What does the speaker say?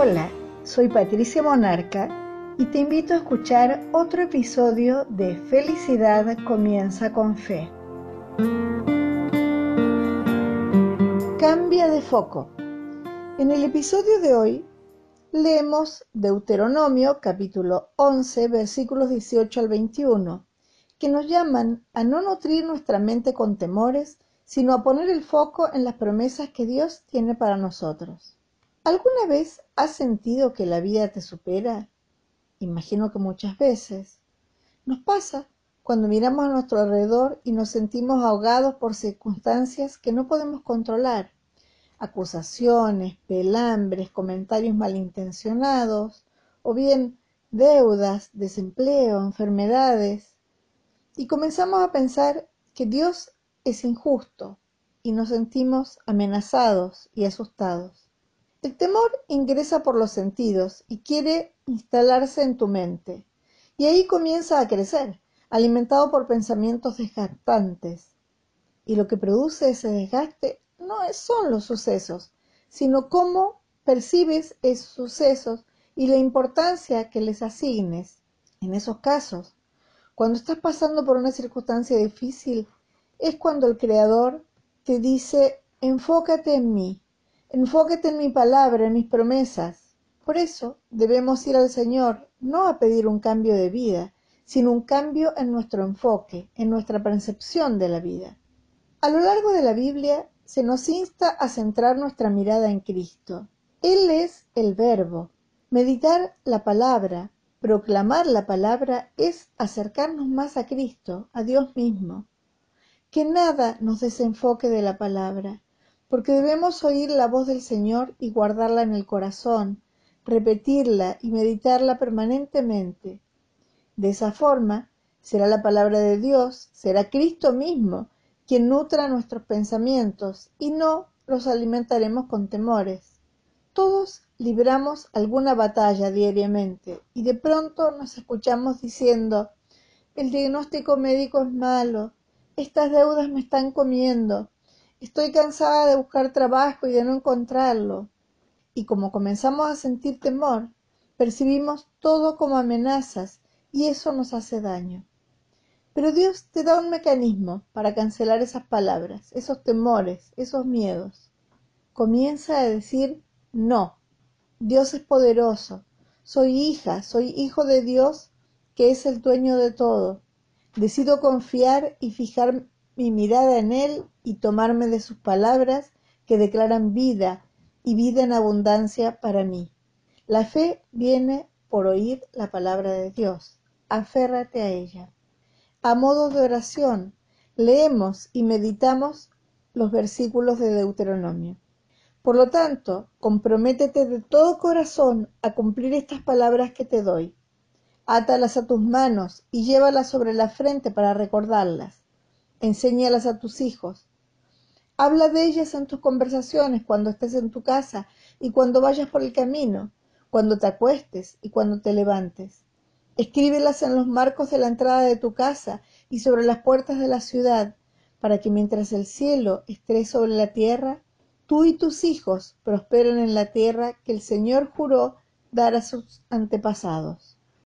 Hola, soy Patricia Monarca y te invito a escuchar otro episodio de Felicidad comienza con fe. Cambia de foco. En el episodio de hoy leemos Deuteronomio capítulo 11 versículos 18 al 21, que nos llaman a no nutrir nuestra mente con temores, sino a poner el foco en las promesas que Dios tiene para nosotros. ¿Alguna vez has sentido que la vida te supera? Imagino que muchas veces. Nos pasa cuando miramos a nuestro alrededor y nos sentimos ahogados por circunstancias que no podemos controlar. Acusaciones, pelambres, comentarios malintencionados, o bien deudas, desempleo, enfermedades. Y comenzamos a pensar que Dios es injusto y nos sentimos amenazados y asustados. El temor ingresa por los sentidos y quiere instalarse en tu mente. Y ahí comienza a crecer, alimentado por pensamientos desgastantes. Y lo que produce ese desgaste no son los sucesos, sino cómo percibes esos sucesos y la importancia que les asignes. En esos casos, cuando estás pasando por una circunstancia difícil, es cuando el Creador te dice: enfócate en mí. Enfócate en mi palabra, en mis promesas. Por eso debemos ir al Señor, no a pedir un cambio de vida, sino un cambio en nuestro enfoque, en nuestra percepción de la vida. A lo largo de la Biblia se nos insta a centrar nuestra mirada en Cristo. Él es el Verbo. Meditar la palabra, proclamar la palabra es acercarnos más a Cristo, a Dios mismo. Que nada nos desenfoque de la palabra, porque debemos oír la voz del Señor y guardarla en el corazón, repetirla y meditarla permanentemente. De esa forma, será la palabra de Dios, será Cristo mismo quien nutra nuestros pensamientos y no los alimentaremos con temores. Todos libramos alguna batalla diariamente y de pronto nos escuchamos diciendo: el diagnóstico médico es malo, estas deudas me están comiendo, estoy cansada de buscar trabajo y de no encontrarlo. Y como comenzamos a sentir temor, percibimos todo como amenazas y eso nos hace daño. Pero Dios te da un mecanismo para cancelar esas palabras, esos temores, esos miedos. Comienza a decir no. Dios es poderoso. Soy hija, soy hijo de Dios, que es el dueño de todo. Decido confiar y fijar mi mirada en Él y tomarme de sus palabras que declaran vida y vida en abundancia para mí. La fe viene por oír la palabra de Dios. Aférrate a ella. A modo de oración, leemos y meditamos los versículos de Deuteronomio. Por lo tanto, comprométete de todo corazón a cumplir estas palabras que te doy. Átalas a tus manos y llévalas sobre la frente para recordarlas. Enséñalas a tus hijos. Habla de ellas en tus conversaciones cuando estés en tu casa y cuando vayas por el camino, cuando te acuestes y cuando te levantes. Escríbelas en los marcos de la entrada de tu casa y sobre las puertas de la ciudad, para que mientras el cielo esté sobre la tierra, tú y tus hijos prosperen en la tierra que el Señor juró dar a sus antepasados.